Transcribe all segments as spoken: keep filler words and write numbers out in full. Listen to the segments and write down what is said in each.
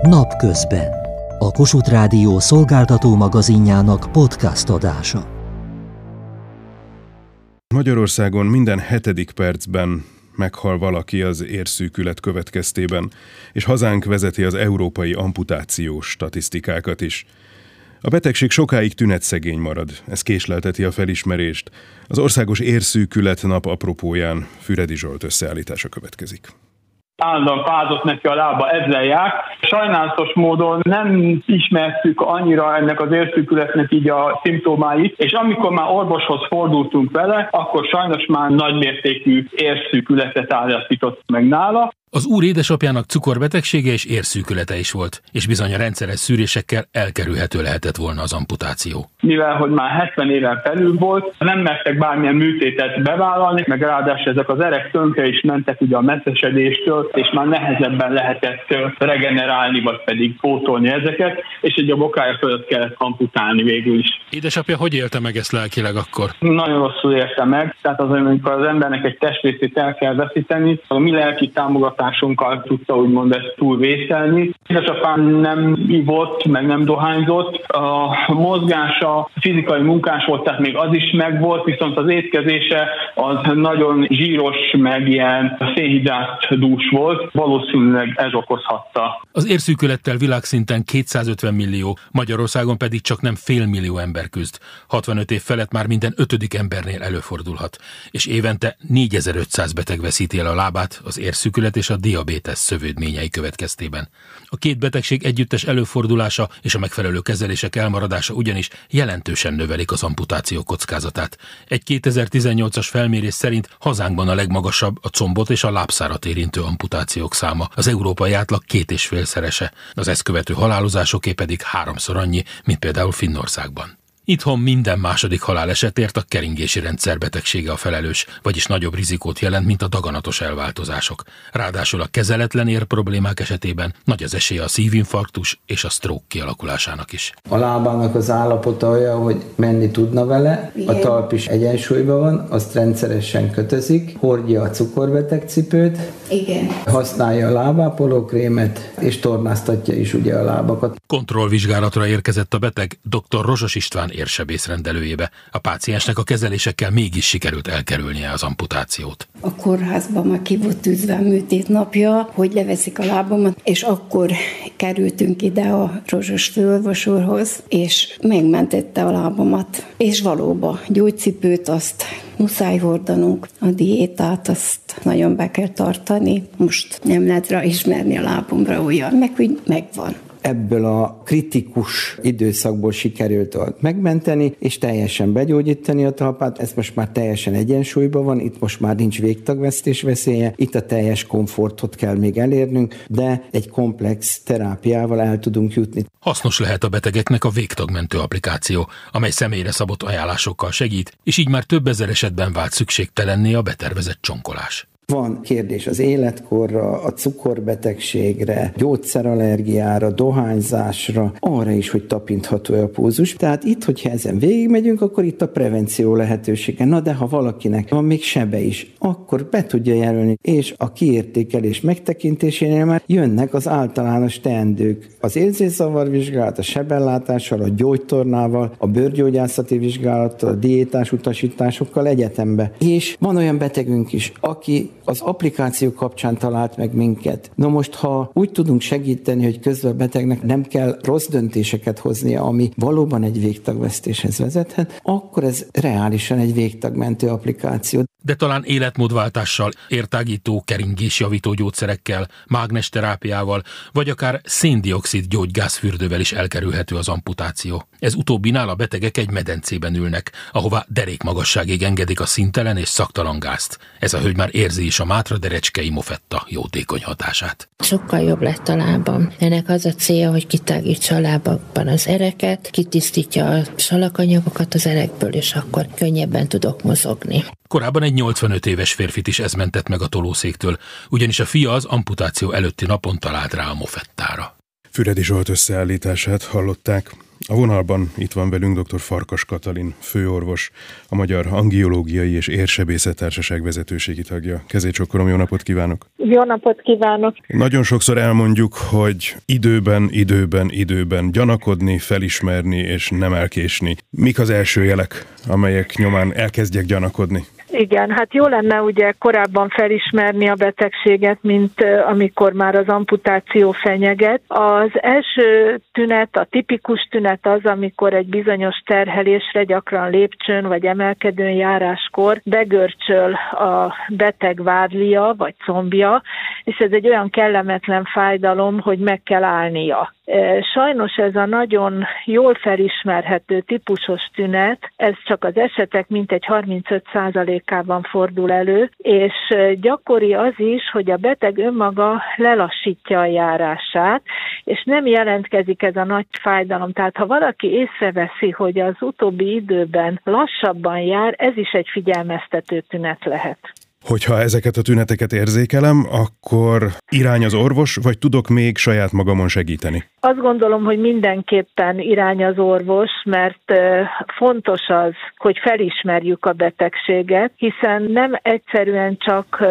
Napközben. A Kossuth Rádió szolgáltató magazinjának podcast adása. Magyarországon minden hetedik percben meghal valaki az érszűkület következtében, és hazánk vezeti az európai amputációs statisztikákat is. A betegség sokáig tünetszegény marad, ez késlelteti a felismerést. Az Országos Érszűkület nap apropóján Füredi Zsolt összeállítása következik. Állandóan fázott neki a lába, ezzel járt. Sajnálatos módon nem ismertük annyira ennek az érszűkületnek így a szimptomáit, és amikor már orvoshoz fordultunk vele, akkor sajnos már nagymértékű érszűkületet állapított meg nála. Az úr édesapjának cukorbetegsége és érszűkülete is volt, és bizony a rendszeres szűrésekkel elkerülhető lehetett volna az amputáció. Mivel, hogy már hetven éven felül volt, nem mertek bármilyen műtétet bevállalni, meg ráadásul ezek az erek tönkre is mentek ugye a messzesedéstől, és már nehezebben lehetett regenerálni, vagy pedig pótolni ezeket, és egy a bokája fölött kellett amputálni végül is. Édesapja hogy élte meg ezt lelkileg akkor? Nagyon rosszul élte meg, tehát az, amikor az embernek egy testrészét el kell veszíteni, a mi lelki támogatásunkkal tudta úgymond ezt túlvészelni. Édesapám nem ivott, meg nem dohányzott, a mozgása, a fizikai munkás volt, tehát még az is megvolt, viszont az étkezése az nagyon zsíros, meg ilyen szénhidrátdús volt, valószínűleg ez okozhatta. Az érszűkülettel világszinten kétszázötven millió, Magyarországon pedig csak nem fél millió ember küzd. hatvanöt év felett már minden ötödik embernél előfordulhat, és évente négyezer-ötszáz beteg veszíti el a lábát az érszűkület és a diabétesz szövődményei következtében. A két betegség együttes előfordulása és a megfelelő kezelések elmaradása ugyanis jelentősen növelik az amputáció kockázatát. Egy kétezer-tizennyolcas felmérés szerint hazánkban a legmagasabb a combot és a lábszárat érintő amputációk száma, az európai átlag két és félszerese, az ezt követő halálozásoké pedig háromszor annyi, mint például Finnországban. Itthon minden második halálesetért a keringési rendszer betegsége a felelős, vagyis nagyobb rizikót jelent, mint a daganatos elváltozások. Ráadásul a kezeletlen ér problémák esetében nagy az esélye a szívinfarktus és a stroke kialakulásának is. A lábának az állapota olyan, hogy menni tudna vele, igen. A talp is egyensúlyban van, azt rendszeresen kötözik, hordja a cukorbeteg cipőt, igen. Használja a lábápolókrémet, és tornáztatja is ugye a lábakat. Kontrollvizsgálatra érkezett a beteg dr. Rozsos István érsebész rendelőjébe. A páciensnek a kezelésekkel mégis sikerült elkerülnie az amputációt. A kórházban már ki volt tűzve a műtét napja, hogy leveszik a lábamat, és akkor kerültünk ide a Rozsos főorvos úrhoz, és megmentette a lábamat. És valóban gyógycipőt azt muszáj hordanunk, a diétát azt nagyon be kell tartani. Most nem lehet rá ismerni a lábomra olyan, meg hogy megvan. Ebből a kritikus időszakból sikerült megmenteni, és teljesen begyógyítani a talpát. Ez most már teljesen egyensúlyban van, itt most már nincs végtagvesztés veszélye, itt a teljes komfortot kell még elérnünk, de egy komplex terápiával el tudunk jutni. Hasznos lehet a betegeknek a végtagmentő applikáció, amely személyre szabott ajánlásokkal segít, és így már több ezer esetben vált szükségtelenné a betervezett csonkolás. Van kérdés az életkorra, a cukorbetegségre, gyógyszerallergiára, dohányzásra, arra is, hogy tapintható a pulzus. Tehát itt, hogyha ezen végigmegyünk, akkor itt a prevenció lehetősége. Na de ha valakinek van még sebe is, akkor be tudja jelölni, és a kiértékelés megtekintésénél már jönnek az általános teendők. Az érzékzavarvizsgálat, a sebellátással, a gyógytornával, a bőrgyógyászati vizsgálattal, a diétás utasításokkal egyetembe. És van olyan betegünk is, aki az applikáció kapcsán talált meg minket. Na most, ha úgy tudunk segíteni, hogy közben a betegnek nem kell rossz döntéseket hoznia, ami valóban egy végtagvesztéshez vezethet, akkor ez reálisan egy végtagmentő applikáció. De talán életmódváltással, értágító, keringésjavító gyógyszerekkel, mágnesterápiával, vagy akár széndioxid gyógygázfürdővel is elkerülhető az amputáció. Ez utóbbinál a betegek egy medencében ülnek, ahová derékmagasságig engedik a színtelen és szaktalan gázt. Ez a hölgy már érzi is a Mátra Derecskei Mofetta jótékony hatását. Sokkal jobb lett a lábam. Ennek az a célja, hogy kitágítsa a lábakban az ereket, kitisztítja a salakanyagokat az erekből, és akkor könnyebben tudok mozogni. Korábban egy nyolcvanöt éves férfit is ez mentett meg a tolószéktől, ugyanis a fia az amputáció előtti napon talált rá a Mofettára. Füredi Zsolt összeállítását hallották. A vonalban itt van velünk dr. Farkas Katalin, főorvos, a Magyar Angiológiai és Érsebészet Társaság vezetőségi tagja. Kezét csokkolom, jó napot kívánok! Jó napot kívánok! Nagyon sokszor elmondjuk, hogy időben, időben, időben gyanakodni, felismerni és nem elkésni. Mik az első jelek, amelyek nyomán elkezdjek gyanakodni? Igen, hát jó lenne ugye korábban felismerni a betegséget, mint amikor már az amputáció fenyeget. Az első tünet, a tipikus tünet az, amikor egy bizonyos terhelésre, gyakran lépcsőn vagy emelkedőn járáskor begörcsöl a beteg vádlia vagy combja, és ez egy olyan kellemetlen fájdalom, hogy meg kell állnia. Sajnos ez a nagyon jól felismerhető típusos tünet, ez csak az esetek mintegy harmincöt százalékában fordul elő, és gyakori az is, hogy a beteg önmaga lelassítja a járását, és nem jelentkezik ez a nagy fájdalom. Tehát ha valaki észreveszi, hogy az utóbbi időben lassabban jár, ez is egy figyelmeztető tünet lehet. Hogyha ezeket a tüneteket érzékelem, akkor irány az orvos, vagy tudok még saját magamon segíteni? Azt gondolom, hogy mindenképpen irány az orvos, mert fontos az, hogy felismerjük a betegséget, hiszen nem egyszerűen csak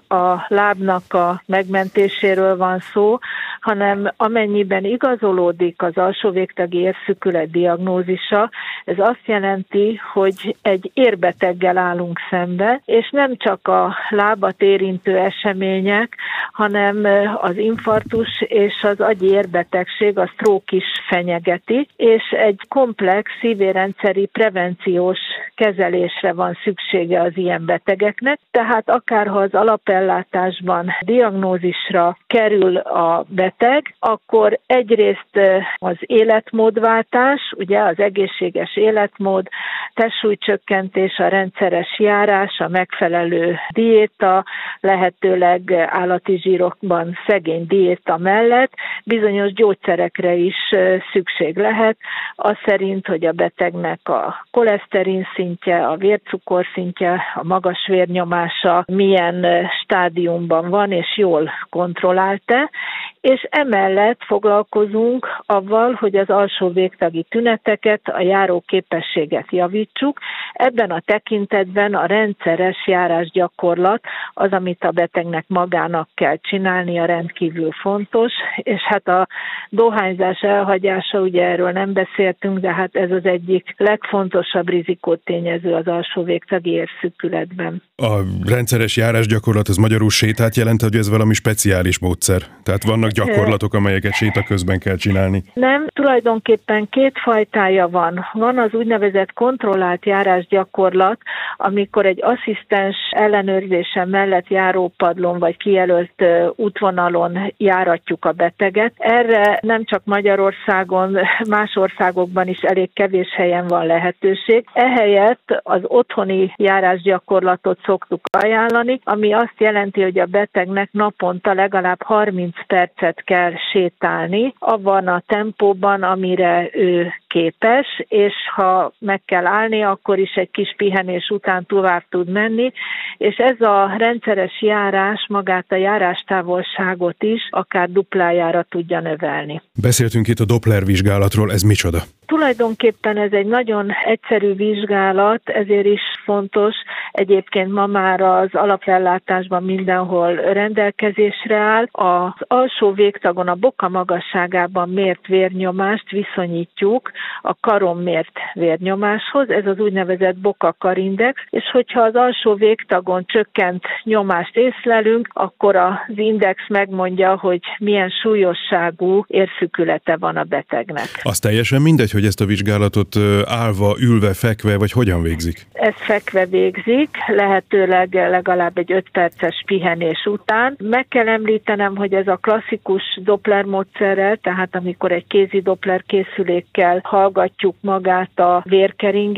a lábnak a megmentéséről van szó, hanem amennyiben igazolódik az alsó végtagi érszükület diagnózisa, ez azt jelenti, hogy egy érbeteggel állunk szembe, és nem csak a lábat érintő események, hanem az infarktus és az agyi érbetegség, a stroke is fenyegeti, és egy komplex szívérendszeri prevenciós kezelésre van szüksége az ilyen betegeknek, tehát akárha az alapellátásban diagnózisra kerül a beteg, akkor egyrészt az életmódváltás, ugye az egészséges életmód, testsúlycsökkentés, a rendszeres járás, a megfelelő diéta, lehetőleg állati zsírokban szegény diéta mellett bizonyos gyógyszerekre is szükség lehet, az szerint, hogy a betegnek a koleszterin szintje, a vércukor szintje, a magas vérnyomása milyen stádiumban van, és jól kontrollált-e, és emellett foglalkozunk avval, hogy az alsó végtagi tüneteket, a járóképességet javítsuk. Ebben a tekintetben a rendszeres járásgyakorlat az, amit a betegnek magának kell csinálnia, rendkívül fontos, és hát a dohányzás elhagyása, ugye erről nem beszéltünk, de hát ez az egyik legfontosabb rizikótényező az alsó végtagi érszükületben. A rendszeres járásgyakorlat, az magyarul sétát jelent, hogy ez valami speciális módszer? Tehát vannak gyakorlatok, amelyeket séta közben kell csinálni? Nem, tulajdonképpen két fajtája van. Van az úgynevezett kontrollált járásgyakorlat, amikor egy asszisztens ellenőrzése mellett járópadlón vagy kijelölt útvonalon járatjuk a beteget. Erre nem csak Magyarországon, más országokban is elég kevés helyen van lehetőség. Ehelyett az otthoni járásgyakorlatot szoktuk ajánlani, ami azt jelenti, hogy a betegnek naponta legalább harminc percet kell sétálni, abban a tempóban, amire ő képes, és ha meg kell állni, akkor is egy kis pihenés után tovább tud menni, és ez a rendszeres járás magát a járástávolságot is akár duplájára tudja növelni. Beszéltünk itt a Doppler vizsgálatról, ez micsoda? Tulajdonképpen ez egy nagyon egyszerű vizsgálat, ezért is fontos. Egyébként ma már az alapellátásban mindenhol rendelkezésre áll. Az alsó végtagon a boka magasságában mért vérnyomást viszonyítjuk a karon mért vérnyomáshoz, ez az úgynevezett boka-karindex, és hogyha az alsó végtagon csökkent nyomást észlelünk, akkor az index megmondja, hogy milyen súlyosságú érszükülete van a betegnek. Az teljesen mindegy, hogy ezt a vizsgálatot állva, ülve, fekve, vagy hogyan végzik? Ez fekve végzik, lehetőleg legalább egy öt perces pihenés után. Meg kell említenem, hogy ez a klasszikus Doppler módszerrel, tehát amikor egy kézi Doppler készülékkel hallgatjuk magát a vérkeringést,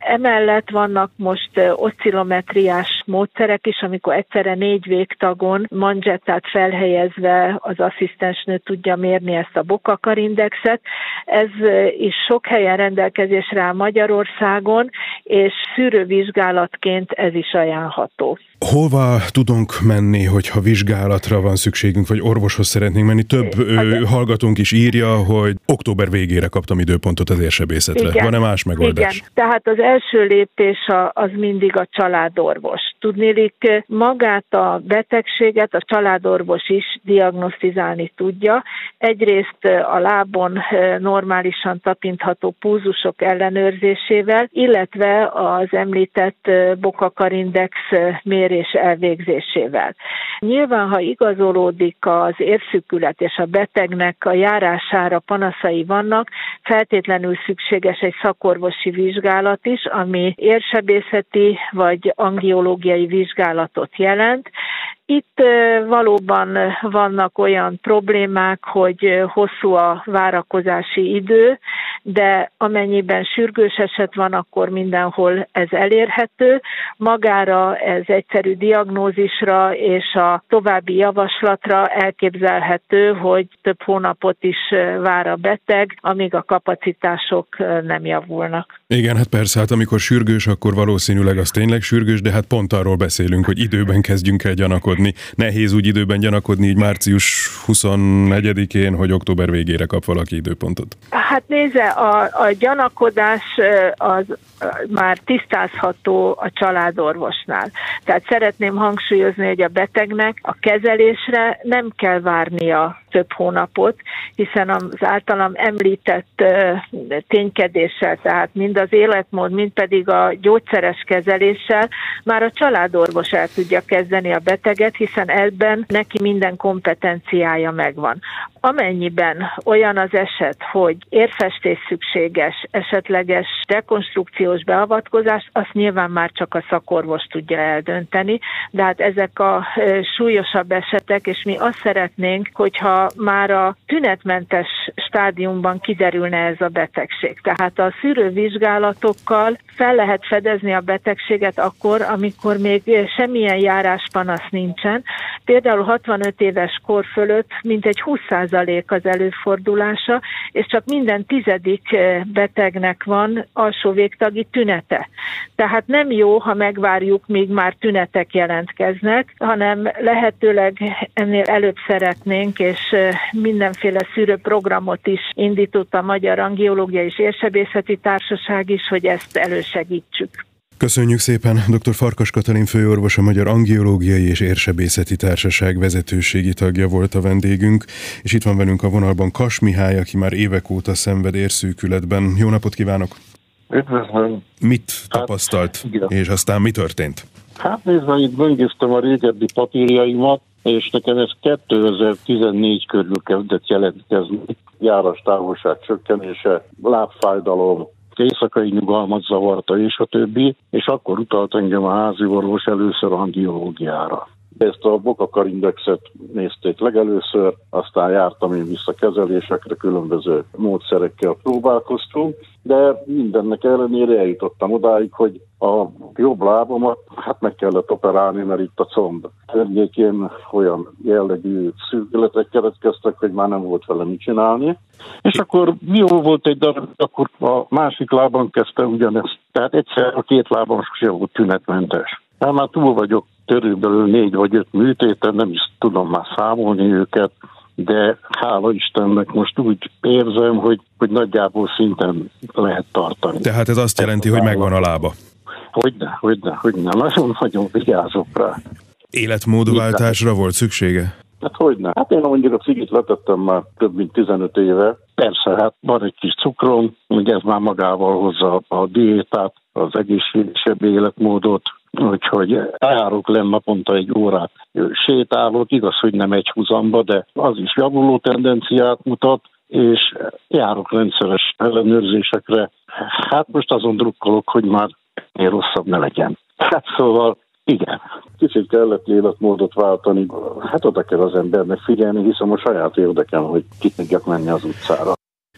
Emellett vannak most oszcillometriás módszerek is, amikor egyszerre négy végtagon manzsettát felhelyezve az asszisztensnő tudja mérni ezt a Bokakarindexet. Ez is sok helyen rendelkezésre áll Magyarországon, és szűrővizsgálatként ez is ajánlható. Hova tudunk menni, hogyha vizsgálatra van szükségünk, vagy orvoshoz szeretnénk menni? Több ő, hallgatónk is írja, hogy október végére kaptam időpontot az érsebészetre. Igen. Van-e más megoldás? Igen, tehát az első lépés az mindig a családorvos. Tudniillik, magát a betegséget a családorvos is diagnosztizálni tudja. Egyrészt a lábon normálisan tapintható pulzusok ellenőrzésével, illetve az említett Bokakarindex mérés elvégzésével. Nyilván, ha igazolódik az érszűkület és a betegnek a járására panaszai vannak, feltétlenül szükséges egy szakorvosi vizsgálat is, ami érsebészeti vagy angiológiai vizsgálatot jelent. Itt valóban vannak olyan problémák, hogy hosszú a várakozási idő, de amennyiben sürgős eset van, akkor mindenhol ez elérhető. Magára ez egyszerű diagnózisra és a további javaslatra elképzelhető, hogy több hónapot is vár a beteg, amíg a kapacitások nem javulnak. Igen, hát persze, hát amikor sürgős, akkor valószínűleg az tényleg sürgős, de hát pont arról beszélünk, hogy időben kezdjünk el gyanakodni. Nehéz úgy időben gyanakodni, így március huszonnegyedikén, hogy október végére kap valaki időpontot. Hát nézze, a, a gyanakodás az már tisztázható a családorvosnál. Tehát szeretném hangsúlyozni, hogy a betegnek a kezelésre nem kell várnia több hónapot, hiszen az általam említett ténykedéssel, tehát mind az életmód, mind pedig a gyógyszeres kezeléssel már a családorvos el tudja kezdeni a beteget, hiszen ebben neki minden kompetenciája megvan. Amennyiben olyan az eset, hogy érfestés szükséges, esetleges rekonstrukciós beavatkozás, azt nyilván már csak a szakorvos tudja eldönteni, de hát ezek a súlyosabb esetek, és mi azt szeretnénk, hogyha már a tünetmentes stádiumban kiderülne ez a betegség. Tehát a szűrővizsgálatokkal fel lehet fedezni a betegséget akkor, amikor még semmilyen járáspanasz nincsen. Például hatvanöt éves kor fölött mintegy húsz százalék az előfordulása, és csak minden tizedik betegnek van alsó végtagi tünete. Tehát nem jó, ha megvárjuk, míg már tünetek jelentkeznek, hanem lehetőleg ennél előbb szeretnénk, és mindenféle szűrőprogramot is indított a Magyar Angiológiai és Érsebészeti Társaság is, hogy ezt elősegítsük. Köszönjük szépen, dr. Farkas Katalin főorvos, a Magyar Angiológiai és Érsebészeti Társaság vezetőségi tagja volt a vendégünk, és itt van velünk a vonalban Kass Mihály, aki már évek óta szenved érszűkületben. Jó napot kívánok! Üdvözlöm! Mit tapasztalt, hát, és aztán mi történt? Hát nézve, itt böngésztem a régebbi papírjaimat, és nekem ez kétezer-tizennégy körül kezdett jelentkezni. Járás távolság csökkenése, lábfájdalom, éjszakai nyugalmat zavarta, és a többi, és akkor utalt engem a házi orvos először angiológiára. Ezt a Bokakarindexet nézték legelőször, aztán jártam én vissza kezelésekre, különböző módszerekkel próbálkoztunk, de mindennek ellenére eljutottam odáig, hogy a jobb lábamat hát meg kellett operálni, mert itt a comb környékén olyan jellegű szűkületek keletkeztek, hogy már nem volt vele mit csinálni. És akkor jó volt egy darab, akkor a másik lábam kezdte ugyanezt. Tehát egyszer a két lábam sem volt tünetmentes. Hát már túl vagyok körülbelül négy vagy öt műtéten, nem is tudom már számolni őket, de hála Istennek most úgy érzem, hogy, hogy nagyjából szinten lehet tartani. Tehát ez azt jelenti, hogy megvan a lába? Hogyne, hogyne, hogyne. Nagyon-nagyon vigyázok rá. Életmódváltásra volt szüksége? Hát hogyne. Hát én mondjuk a cigit letettem már több mint tizenöt éve. Persze, hát van egy kis cukrom, ugye ez már magával hozza a diétát, az egészségesebb életmódot, úgyhogy járok lenn naponta egy órát. Sétálok, igaz, hogy nem egy húzamba, de az is javuló tendenciát mutat, és járok rendszeres ellenőrzésekre. Hát most azon drukkolok, hogy már ennél rosszabb ne legyen. Hát szóval igen. Kicsit kellett életmódot váltani. Hát oda kell az embernek figyelni, hiszen a saját érdekem, hogy ki tudjak menni az utcára.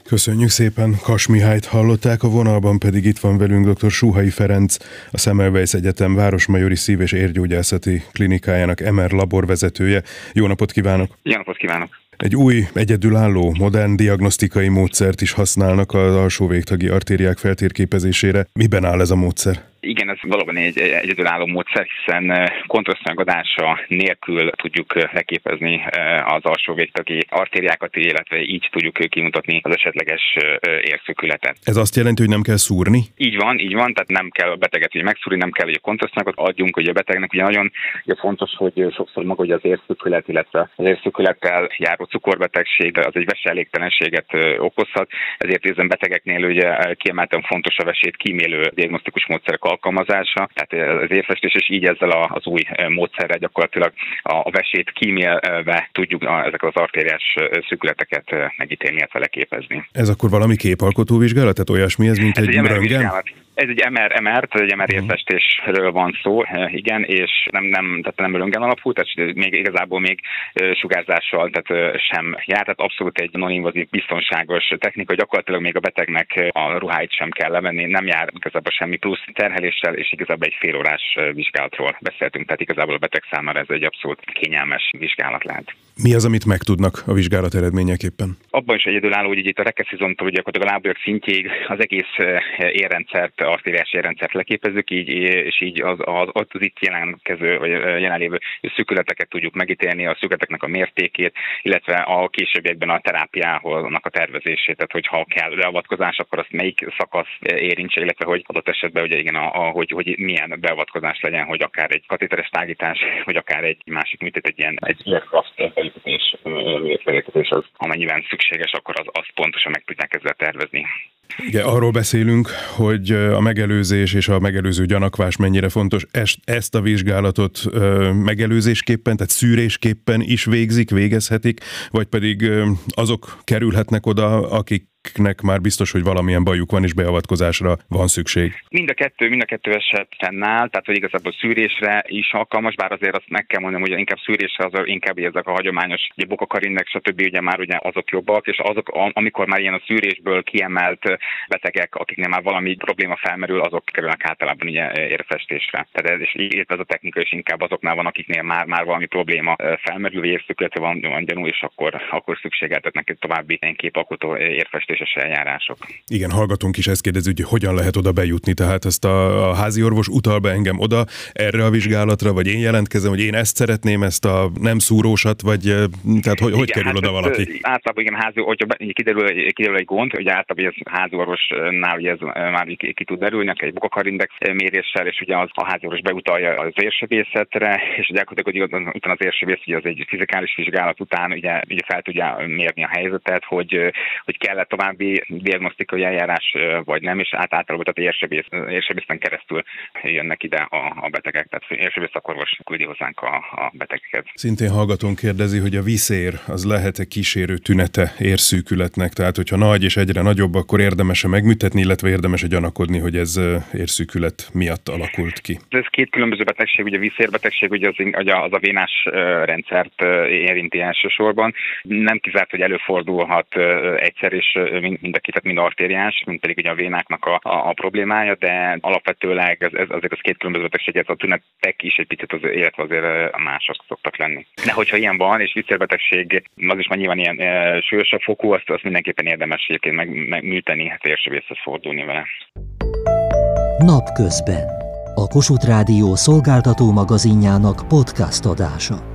Köszönjük szépen, Kass Mihályt hallották, a vonalban pedig itt van velünk dr. Suhai Ferenc, a Semmelweis Egyetem Városmajori Szív- és Érgyógyászati Klinikájának em er laborvezetője. Jó napot kívánok! Jó napot kívánok! Egy új, egyedülálló, modern diagnosztikai módszert is használnak az alsó végtagi artériák feltérképezésére. Miben áll ez a módszer? Igen, ez valóban egy egyedülálló módszer, hiszen kontrasztanyagadása nélkül tudjuk leképezni az alsó végtagi artériákat, illetve így tudjuk kimutatni az esetleges érszökületet. Ez azt jelenti, hogy nem kell szúrni? Így van, így van, tehát nem kell a beteget ugye megszúrni, nem kell, hogy a kontrasztanyagot adjunk, hogy a betegnek ugye nagyon ugye fontos, hogy sokszor maga ugye az érszökület, illetve az érszökülettel járó cukorbetegség, az egy veseelégtelenséget okozhat, ezért ezen betegeknél ugye kiemelten fontos a vesét kímélő diagnosztikus módszerek alkalmazása, tehát az érfestés, és így ezzel az új módszerrel gyakorlatilag a vesét kímélve tudjuk ezeket az artériás szűkületeket megítélni, illetve leképezni. Ez akkor valami képalkotó vizsgálat? Tehát olyasmi ez, mint ez egy, egy röntgen? Ez egy em er em er, tehát egy em er érfestésről van szó, igen, és nem, nem, tehát nem röntgen alapú, tehát még igazából még sugárzással tehát sem jár, tehát abszolút egy non-invazív, biztonságos technika, gyakorlatilag még a betegnek a ruháit sem kell levenni, nem jár igazából semmi plusz terheléssel, és igazából egy fél órás vizsgálatról beszéltünk, tehát igazából a beteg számára ez egy abszolút kényelmes vizsgálat lehet. Mi az, amit megtudnak a vizsgálat eredményeképpen? Abban is egyedülálló, hogy itt a rekesszizontól ugye a lábujjak szintjéig az egész érrendszert, artériás érrendszert leképezzük, így, és így az, az, az, az itt jelenkező, vagy jelenlévő szűkületeket tudjuk megítélni, a szűkületeknek a mértékét, illetve a későbbiekben a terápiának a tervezését, tehát hogyha kell beavatkozás, akkor azt melyik szakasz érintse, illetve hogy adott esetben ugye igen, a, a, hogy, hogy milyen beavatkozás legyen, hogy akár egy katéteres tágítás, vagy akár egy másik műtét, egy ilyen egy aircraft felépítés, felépítés az, amennyiben szükséges, akkor az, azt pontosan meg tudják ezzel tervezni. Igen, arról beszélünk, hogy a megelőzés és a megelőző gyanakvás mennyire fontos. Ezt, ezt a vizsgálatot ö, megelőzésképpen, tehát szűrésképpen is végzik, végezhetik, vagy pedig ö, azok kerülhetnek oda, akik nek már biztos, hogy valamilyen bajuk van, és beavatkozásra van szükség. Mind a kettő, mind a kettő esetben áll, tehát hogy igazából szűrésre is alkalmas, bár azért azt meg kell mondanom, hogy inkább szűrésre az inkább ezek a hagyományos ugye bokakarinnek, stb. Ugye már ugye azok jobbak, és azok, amikor már ilyen a szűrésből kiemelt betegek, akiknél már valami probléma felmerül, azok kerülnek általában ugye érfestésre. Tehát ez, és így ez a technika is inkább azoknál van, akiknél már, már valami probléma felmerül, vagy érszökülete van, van gyanú, és akkor, akkor szükségeltetnek egy további képalkotó érfestés eljárások. Igen, hallgatunk is ezt kérdezi, hogy hogyan lehet oda bejutni, tehát ezt a, a házi orvos utal be engem oda erre a vizsgálatra, vagy én jelentkezem, hogy én ezt szeretném, ezt a nem szúrósat, vagy tehát hogy, igen, hogy kerül hát oda valaki? Általában igen, házi, hogyha kiderül, kiderül egy gond, hogy általában ez házi orvosnál ugye ez már ki, ki tud derülni, egy bokakarindex méréssel, és ugye az, a házi orvos beutalja az érsebészetre, és gyakorlatilag utána az érsebész, ugye az egy fizikális vizsgálat után ugye, ugye fel tudja mérni a helyzetet, hogy, hogy kell-e további diagnosztikai eljárás, vagy nem, és általában tehát érsebész, érsebészen keresztül jönnek ide a, a betegek, tehát érsebész szakorvos küldi hozzánk a, a betegeket. Szintén hallgatón kérdezi, hogy a viszér az lehet-e kísérő tünete érszűkületnek, tehát hogyha nagy és egyre nagyobb, akkor érdemes-e megműtetni, illetve érdemes-e gyanakodni, hogy ez érszűkület miatt alakult ki? Ez két különböző betegség, ugye a viszérbetegség, ugye az, az a vénás rendszert érinti elsősorban. Nem kizárt, hogy előfordulhat egyszer, és mind, mind a két, mind artériás, mind pedig ugye a vénáknak a, a, a problémája, de alapvetőleg ez, ez azért az két különböző betegség, ez a tünetek is egy picit az, illetve azért mások szoktak lenni. De hogyha ilyen van, és viszérbetegség, az is már nyilván ilyen e, súlyosabb fokú, azt, azt mindenképpen érdemes egyébként meg, megműteni, hát érsebészhez fordulni vele. Napközben. A Kossuth Rádió szolgáltató magazinjának podcast adása.